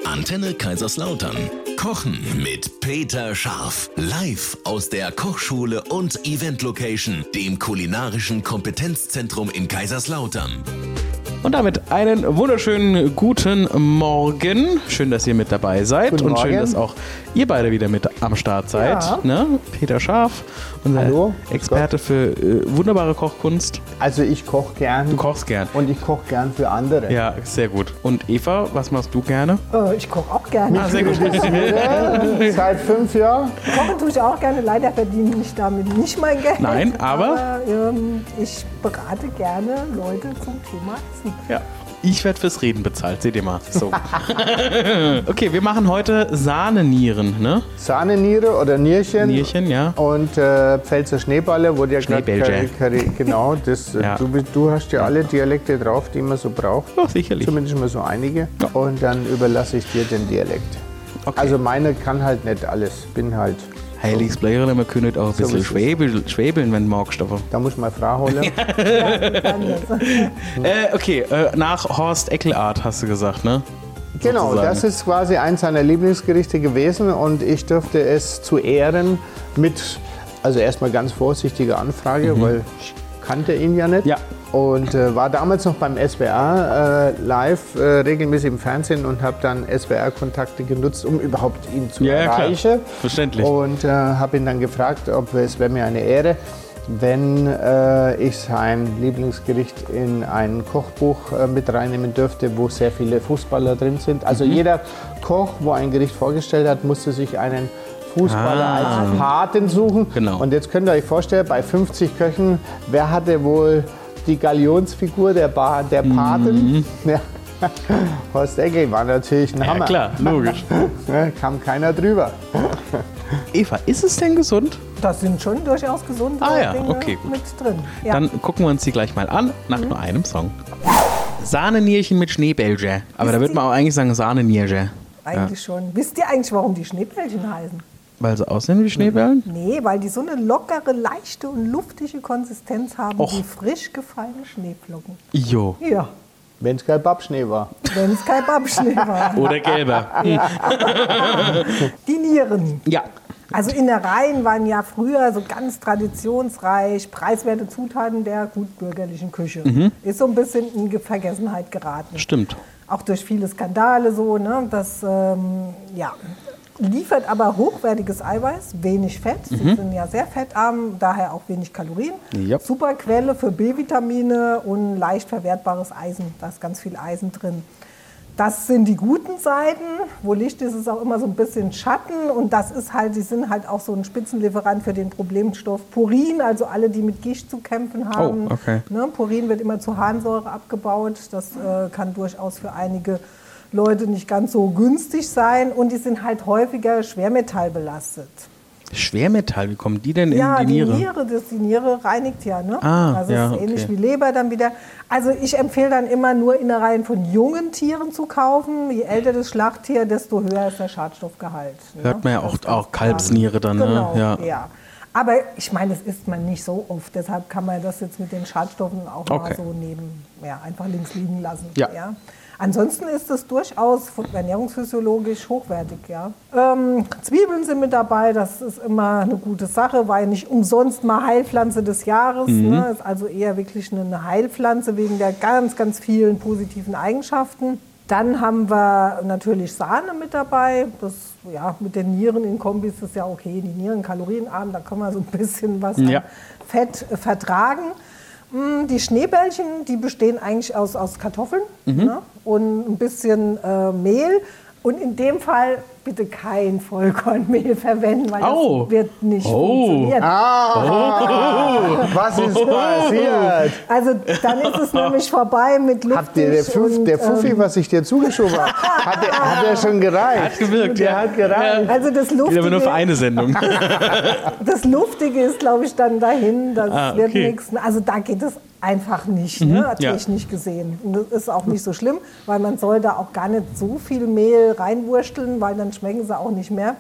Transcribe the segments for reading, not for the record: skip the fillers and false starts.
Antenne Kaiserslautern. Kochen mit Peter Scharf. Live aus der Kochschule und Event Location, dem kulinarischen Kompetenzzentrum in Kaiserslautern. Und damit einen wunderschönen guten Morgen. Schön, dass ihr mit dabei seid. Guten und schön, Morgen. dass auch ihr beide wieder mit am Start seid. Ja. Ne? Peter Scharf, unser Hallo. Experte für wunderbare Kochkunst. Also ich koche gern. Du kochst gern. Und ich koche gern für andere. Ja, sehr gut. Und Eva, was machst du gerne? Ich koche auch gerne. Ah, sehr gut. Seit 5 Jahren. Kochen tue ich auch gerne. Leider verdiene ich damit nicht mein Geld. Nein, aber ich berate gerne Leute zum Thema Essen. Ja. Ich werde fürs Reden bezahlt, seht ihr mal. So. Okay, wir machen heute Sahnenieren, ne? Sahneniere oder Nierchen. Nierchen, ja. Und Pfälzer Schneeballe wurde ja gerade Schneebälge. genau, das, Ja. du hast ja alle Dialekte drauf, die man so braucht. Ja, sicherlich. Zumindest mal so einige. Ja. Und dann überlasse ich dir den Dialekt. Okay. Also meine kann halt nicht alles. Bin halt. Heiliges Bleieren, man könnte auch ein bisschen ist es. schwebeln, wenn du magst. Aber. Da muss man Frau holen. Okay, nach Horst Eckelart hast du gesagt, ne? Genau, Sozusagen. das ist quasi eins seiner Lieblingsgerichte gewesen und ich durfte es zu Ehren mit, also erstmal ganz vorsichtiger Anfrage, weil ich kannte ihn ja nicht. Ja. Und war damals noch beim SWR live, regelmäßig im Fernsehen und habe dann SWR-Kontakte genutzt, um überhaupt ihn zu erreichen. Klar. Verständlich. Und habe ihn dann gefragt, ob es wäre mir eine Ehre, wenn ich sein Lieblingsgericht in ein Kochbuch mit reinnehmen dürfte, wo sehr viele Fußballer drin sind. Also jeder Koch, wo ein Gericht vorgestellt hat, musste sich einen Fußballer als Paten suchen. Genau. Und jetzt könnt ihr euch vorstellen, bei 50 Köchen, wer hatte wohl die Galionsfigur der Paten? Ja. Horst Eckel war natürlich ein Hammer. Ja, klar, logisch. Ja, kam keiner drüber. Eva, ist es denn gesund? Das sind schon durchaus gesunde Dinge okay, gut. mit drin. Ja. Dann gucken wir uns die gleich mal an, nach nur einem Song. Sahnenierchen mit Schneebälge. Aber da würde man auch eigentlich sagen Sahnenierge. Eigentlich schon. Wisst ihr eigentlich, warum die Schneebällchen heißen? Weil sie aussehen wie Schneebällen? Nee, weil die so eine lockere, leichte und luftige Konsistenz haben Och. wie frisch gefallene Schneeflocken. Jo. Ja, Wenn es kein Pappschnee war. wenn es kein Babschnee war. Oder gelber. Die Nieren. Ja. Also Innereien waren ja früher so ganz traditionsreich, preiswerte Zutaten der gutbürgerlichen Küche. Ist so ein bisschen in Vergessenheit geraten. Stimmt. Auch durch viele Skandale so, ne? Das liefert aber hochwertiges Eiweiß, wenig Fett. Sie sind ja sehr fettarm, daher auch wenig Kalorien. Ja. Super Quelle für B-Vitamine und leicht verwertbares Eisen. Da ist ganz viel Eisen drin. Das sind die guten Seiten. Wo Licht ist, ist auch immer so ein bisschen Schatten. Und das ist halt, die sind halt auch so ein Spitzenlieferant für den Problemstoff Purin. Also alle, die mit Gicht zu kämpfen haben. Oh, okay. Ne, Purin wird immer zu Harnsäure abgebaut. Das kann durchaus für einige Leute nicht ganz so günstig sein. Und die sind halt häufiger schwermetallbelastet. Schwermetall, wie kommen die denn in Ja, die Niere? Die Niere reinigt ja, ne? Also ja, es ist ähnlich okay. wie Leber dann wieder. Also ich empfehle dann immer nur Innereien von jungen Tieren zu kaufen. Je älter das Schlachttier, desto höher ist der Schadstoffgehalt. Ne? Hört man ja Das auch, ist ganz klar. Kalbsniere dann, Genau, ne? ja. Aber ich meine, das isst man nicht so oft. Deshalb kann man das jetzt mit den Schadstoffen auch mal Okay. so einfach links liegen lassen. Ja. Ansonsten ist es durchaus ernährungsphysiologisch hochwertig. Ja. Zwiebeln sind mit dabei, das ist immer eine gute Sache, weil nicht umsonst mal Heilpflanze des Jahres. Ne, ist also eher wirklich eine Heilpflanze wegen der ganz, ganz vielen positiven Eigenschaften. Dann haben wir natürlich Sahne mit dabei. Das, mit den Nieren in Kombi ist das ja okay. Die Nieren kalorienarm, da kann man so ein bisschen was an Fett vertragen. Die Schneebällchen, die bestehen eigentlich aus Kartoffeln, ne? Und ein bisschen Mehl. Und in dem Fall bitte kein Vollkornmehl verwenden, weil das wird nicht funktionieren. Was ist passiert? Also dann ist es nämlich vorbei mit luftig. Habt ihr der Fuffi, was ich dir zugeschoben habe, hat er schon gereicht? Hat gewirkt, Der hat gereicht. Also das Geht aber nur für Luftige, eine Sendung. das Luftige ist, glaube ich, dann dahin. Das wird okay. nichts. Also da geht es einfach nicht, ne? Technisch gesehen. Und das ist auch nicht so schlimm, weil man soll da auch gar nicht so viel Mehl reinwursteln, weil dann schmecken sie auch nicht mehr. Ja.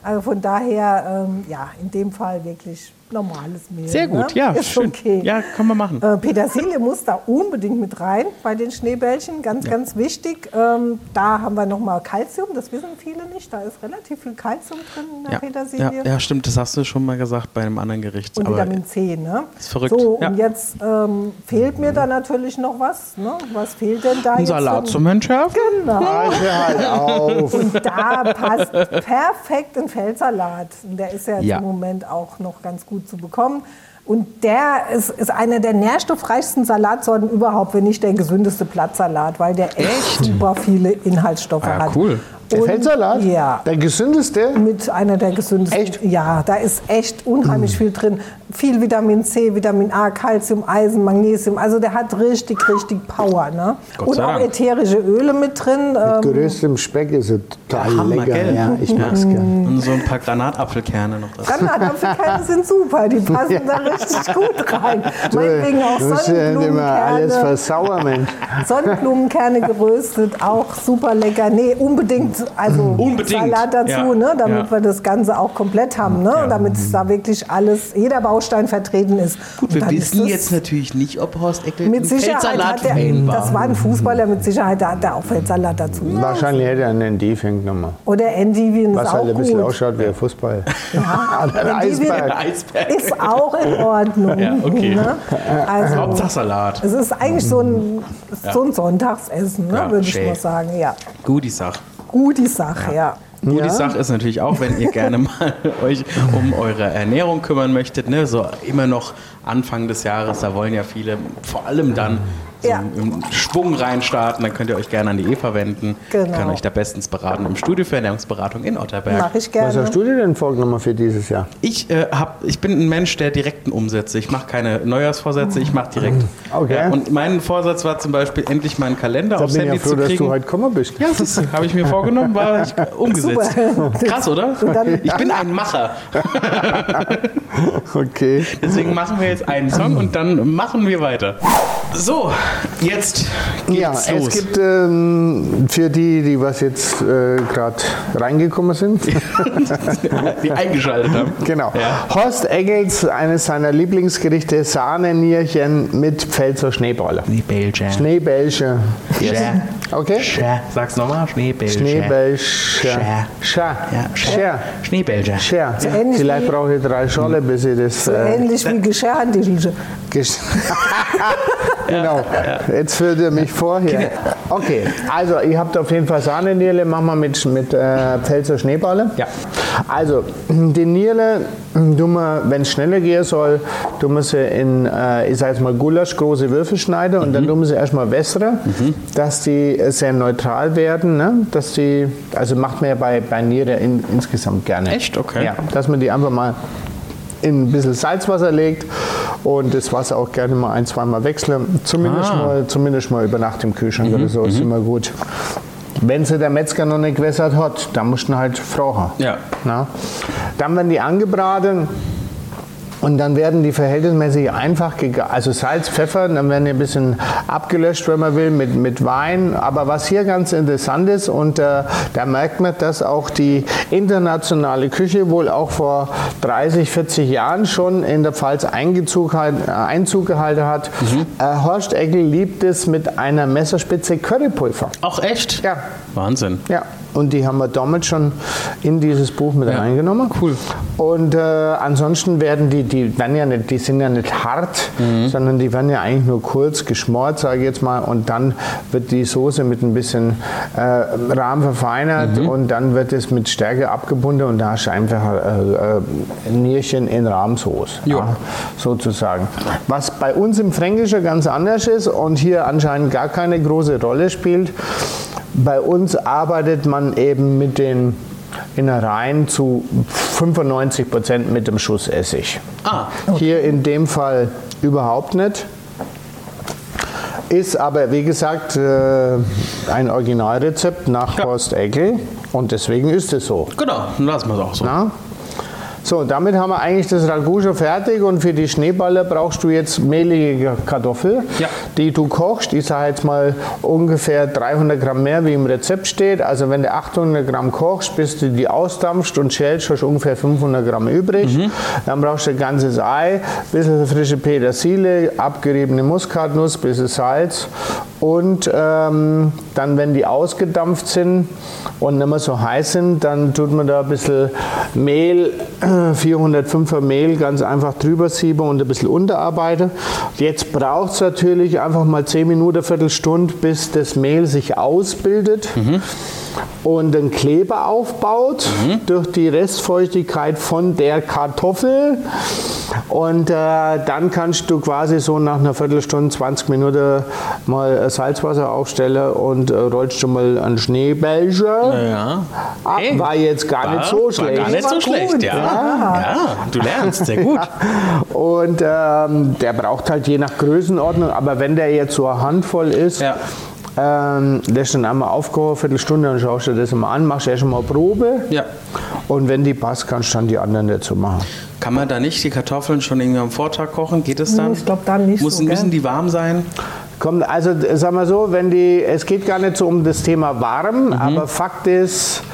Also von daher, in dem Fall wirklich normales Mehl. Sehr gut, ne? ja, ist schön. Okay. Ja, können wir machen. Petersilie muss da unbedingt mit rein bei den Schneebällchen, ganz wichtig. Da haben wir nochmal Kalzium, das wissen viele nicht. Da ist relativ viel Kalzium drin in der Petersilie. Ja, stimmt, das hast du schon mal gesagt bei einem anderen Gericht. Und aber Vitamin C, ne? Ist verrückt. So, ja. und jetzt fehlt mir da natürlich noch was. Ne? Was fehlt denn da Ein jetzt? Salat zum Entschärfen? Genau. Halt auf. Und da passt perfekt ein Feldsalat. Und der ist ja jetzt im Moment auch noch ganz gut zu bekommen. Und der ist einer der nährstoffreichsten Salatsorten überhaupt, wenn nicht der gesündeste Blattsalat, weil der echt super viele Inhaltsstoffe hat. Cool. Der Feldsalat? Ja. Der gesündeste? Mit einer der gesündesten. Echt? Ja, da ist echt unheimlich viel drin. Viel Vitamin C, Vitamin A, Calcium, Eisen, Magnesium. Also der hat richtig Power. Ne? Und auch ätherische Öle mit drin. Mit geröstetem Speck ist er total Hammer, lecker. gell? Ja, ich mag's gern. Und so ein paar Granatapfelkerne noch dazu. Granatapfelkerne sind super, die passen da richtig gut rein. Meinetwegen auch Du musst ja nicht immer alles versauern, Mensch. Sonnenblumenkerne geröstet, auch super lecker. Nee, unbedingt, also Salat dazu, ne, damit wir das Ganze auch komplett haben, ne, damit da wirklich alles, jeder Baustein vertreten ist. Gut, wir wissen jetzt natürlich nicht, ob Horst Eckel mit Sicherheit hat das war ein Fußballer, mit Sicherheit hat er auch Feldsalat dazu. Wahrscheinlich hätte er einen Endivien genommen. Oder Endivien ist Was auch halt ein bisschen gut. ausschaut wie ein Fußball. Ja, ein Eisberg. ist auch in Ordnung. Ja, okay. Ne? Also, Hauptsache Salat. es ist eigentlich so ein Sonntagsessen, ne, würde ich mal sagen. Ja. Gute Sache. Gute Sache, ja. Gute Sache ist natürlich auch, wenn ihr gerne mal euch um eure Ernährung kümmern möchtet, ne? So immer noch Anfang des Jahres, da wollen ja viele vor allem dann so im Schwung reinstarten, dann könnt ihr euch gerne an die Eva wenden. Genau. Kann euch da bestens beraten im Studio für Ernährungsberatung in Otterberg. Mache ich gerne. Was hast du dir denn vorgenommen für dieses Jahr? Ich bin ein Mensch, der direkten Umsätze. Ich mache keine Neujahrsvorsätze, ich mache direkt. Okay. Ja, und mein Vorsatz war zum Beispiel, endlich meinen Kalender aufs bin Handy ja froh, zu dass kriegen. du heute gekommen bist. Ja, das habe ich mir vorgenommen, war ich umgesetzt. Super. Krass, oder? Ich bin ein Macher. Okay. Deswegen machen wir jetzt einen Song und dann machen wir weiter. So, jetzt Ja, geht's es los. gibt für die was jetzt gerade reingekommen sind, Die eingeschaltet haben. genau. Ja. Horst Eggels, eines seiner Lieblingsgerichte, Sahnenierchen mit Pfälzer Schneeballer. Schneebällchen. Schneebällchen. Yes. Okay? Sag's nochmal. Schneebällchen. Schneebällchen. Scher. Ja, Scher. Schneebällchen. Scher. ähnlich Vielleicht wie- brauche ich 3 Scholle, bis ich das... Ähnlich wie Geschirrhandtische. Genau, jetzt führt ihr mich vor hier. Okay, also ihr habt auf jeden Fall Sahnenierle, machen wir mit Pfälzer Schneeballe. Ja. Also die Nierle, wenn es schneller gehen soll, tun wir sie in, ich sage jetzt mal Gulasch, große Würfel schneiden und dann tun wir sie erstmal wässern, dass die sehr neutral werden. Ne? Dass die, also macht man ja bei Niere insgesamt gerne. Echt? Okay. Ja, dass man die einfach mal in ein bisschen Salzwasser legt und das Wasser auch gerne mal 1-2 Mal wechseln. Zumindest mal über Nacht im Kühlschrank oder so, ist immer gut. Wenn sie der Metzger noch nicht gewässert hat, dann musst du ihn halt fragen. Ja. Na? Dann werden die angebraten und dann werden die verhältnismäßig einfach also Salz, Pfeffer, dann werden die ein bisschen abgelöscht, wenn man will, mit Wein. Aber was hier ganz interessant ist, und da merkt man, dass auch die internationale Küche wohl auch vor 30, 40 Jahren schon in der Pfalz Einzug gehalten hat. Horst Eckel liebt es mit einer Messerspitze Currypulver. Auch echt? Ja. Wahnsinn. Ja, und die haben wir damals schon in dieses Buch mit reingenommen. Cool. Und ansonsten werden die sind ja nicht hart, sondern die werden ja eigentlich nur kurz geschmort, sage ich jetzt mal. Und dann wird die Soße mit ein bisschen Rahm verfeinert und dann wird es mit Stärke abgebunden und da hast du einfach ein Nierchen in Rahmsoße, ja, sozusagen. Was bei uns im Fränkischen ganz anders ist und hier anscheinend gar keine große Rolle spielt. Bei uns arbeitet man eben mit den Innereien zu 95% mit dem Schuss Essig. Hier in dem Fall überhaupt nicht. Ist aber, wie gesagt, ein Originalrezept nach Horst Eckel und deswegen ist es so. Genau, dann lassen wir es auch so. Na? So, damit haben wir eigentlich das Ragout schon fertig und für die Schneeballer brauchst du jetzt mehlige Kartoffel, die du kochst. Ich sage jetzt mal ungefähr 300 Gramm mehr, wie im Rezept steht. Also wenn du 800 Gramm kochst, bis du die ausdampfst und schälst, hast du ungefähr 500 Gramm übrig. Dann brauchst du ein ganzes Ei, ein bisschen frische Petersilie, abgeriebene Muskatnuss, ein bisschen Salz und dann, wenn die ausgedampft sind und nicht mehr so heiß sind, dann tut man da ein bisschen Mehl, 405er Mehl, ganz einfach drüber sieben und ein bisschen unterarbeiten. Jetzt braucht es natürlich einfach mal 10 Minuten, Viertelstunde, bis das Mehl sich ausbildet und einen Kleber aufbaut durch die Restfeuchtigkeit von der Kartoffel. Und dann kannst du quasi so nach einer Viertelstunde, 20 Minuten mal Salzwasser aufstellen und rollst schon mal einen Schneebällchen. Hey, war jetzt gar nicht so schlecht. Gar nicht so schlecht, ja, du lernst, sehr gut. Und der braucht halt je nach Größenordnung, aber wenn der jetzt so eine Handvoll ist, lässt dann einmal aufkochen, Viertelstunde, dann schaust du das mal an, machst erst mal Probe. Und wenn die passt, kannst du dann die anderen dazu machen. Kann man da nicht die Kartoffeln schon irgendwie am Vortag kochen? Geht es dann? Ich glaube dann nicht so. Müssen die warm sein? Kommt, also sagen wir so, es geht gar nicht so um das Thema warm, aber Fakt ist,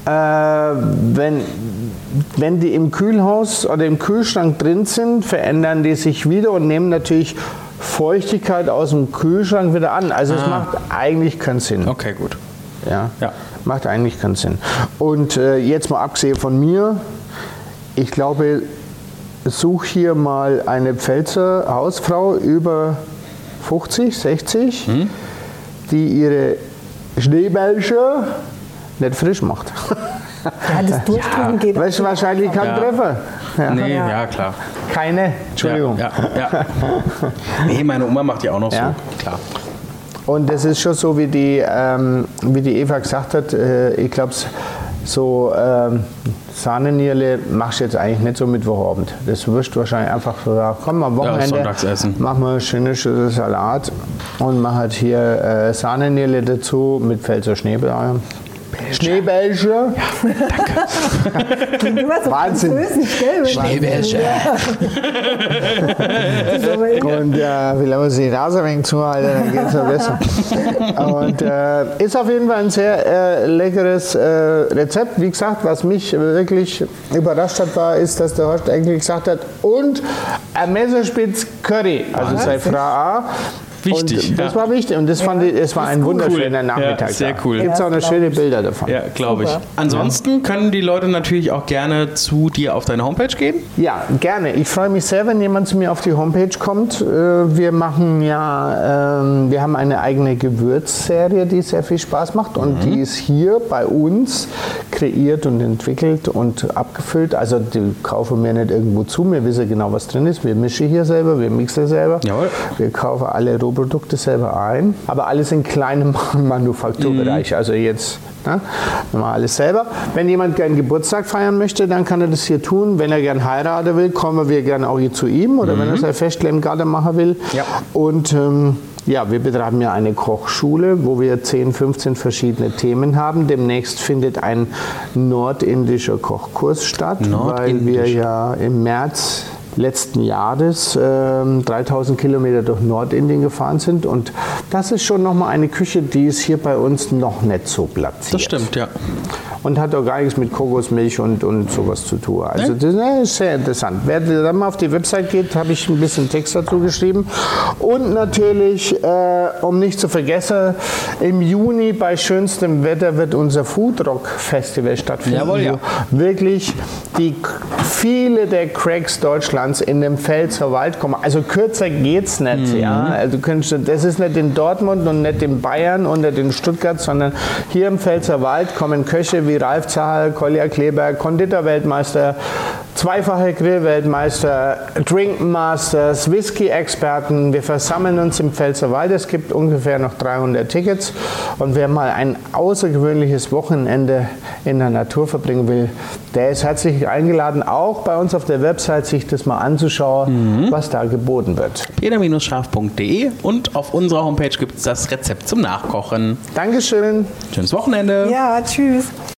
wenn die im Kühlhaus oder im Kühlschrank drin sind, verändern die sich wieder und nehmen natürlich Feuchtigkeit aus dem Kühlschrank wieder an. Also es macht eigentlich keinen Sinn. Okay, gut. Ja. Macht eigentlich keinen Sinn. Und jetzt mal abgesehen von mir, ich glaube, such hier mal eine Pfälzer Hausfrau über 50, 60, die ihre Schneebällchen nicht frisch macht. Ja, das Durchdrücken geht. Weißt du, wahrscheinlich kein Treffer. Nee, Klar. Keine, Entschuldigung. Nee, meine Oma macht ja auch noch so, klar. Und das ist schon so, wie die Eva gesagt hat, ich glaube, so Sahnenierle machst du jetzt eigentlich nicht so Mittwochabend. Das wirst du wahrscheinlich einfach so, komm, am Wochenende machen wir ein schönes Salat und mach halt hier Sahnenierle dazu mit Pfälzer Schneebällchen. Schneebällchen. Ja, danke. Wahnsinn. Schneebällchen. Und wie lange muss ich die Nase ein wenig zuhalten, dann geht es noch besser. Und ist auf jeden Fall ein sehr leckeres Rezept. Wie gesagt, was mich wirklich überrascht hat, ist, dass der Horst eigentlich gesagt hat, und ein Messerspitz Curry, also sei Frau A. Wichtig. Und das war wichtig und das fand ich, es war ein wunderschöner Nachmittag. Sehr cool. Gibt es auch noch schöne Bilder davon. Ja, glaube ich. Ansonsten können die Leute natürlich auch gerne zu dir auf deine Homepage gehen. Ja, gerne. Ich freue mich sehr, wenn jemand zu mir auf die Homepage kommt. Wir machen wir haben eine eigene Gewürzserie, die sehr viel Spaß macht und die ist hier bei uns kreiert und entwickelt und abgefüllt. Also die kaufen wir nicht irgendwo zu, wir wissen genau, was drin ist. Wir mischen hier selber, wir mixen selber. Jawohl. Wir kaufen alle Rohprodukte selber ein, aber alles in kleinem Manufakturbereich. Also jetzt machen wir alles selber. Wenn jemand gerne Geburtstag feiern möchte, dann kann er das hier tun. Wenn er gerne heiraten will, kommen wir gerne auch hier zu ihm oder wenn er sein Festle im Garten machen will. Ja. Und wir betreiben ja eine Kochschule, wo wir 10, 15 verschiedene Themen haben. Demnächst findet ein nordindischer Kochkurs statt, weil wir ja im März letzten Jahres 3000 Kilometer durch Nordindien gefahren sind und das ist schon nochmal eine Küche, die ist hier bei uns noch nicht so platziert. Das stimmt, ja. Und hat auch gar nichts mit Kokosmilch und sowas zu tun. Also das ist sehr interessant. Wer dann mal auf die Website geht, habe ich ein bisschen Text dazu geschrieben. Und natürlich, um nicht zu vergessen, im Juni bei schönstem Wetter wird unser Foodrock Festival stattfinden. Jawohl, ja. Wirklich viele der Cracks Deutschlands in den Pfälzer Wald kommen. Also kürzer geht's nicht. Ja? Also das ist nicht in Dortmund und nicht in Bayern und nicht in Stuttgart, sondern hier im Pfälzer Wald kommen Köche wie Ralf Zahl, Kolja Kleberg, Konditorweltmeister, zweifache Grillweltmeister, Drinkmasters, Whisky-Experten. Wir versammeln uns im Pfälzer Wald. Es gibt ungefähr noch 300 Tickets. Und wer mal ein außergewöhnliches Wochenende in der Natur verbringen will, der ist herzlich eingeladen, auch bei uns auf der Website sich das mal anzuschauen, was da geboten wird. peter-scharf.de und auf unserer Homepage gibt es das Rezept zum Nachkochen. Dankeschön. Schönes Wochenende. Ja, tschüss.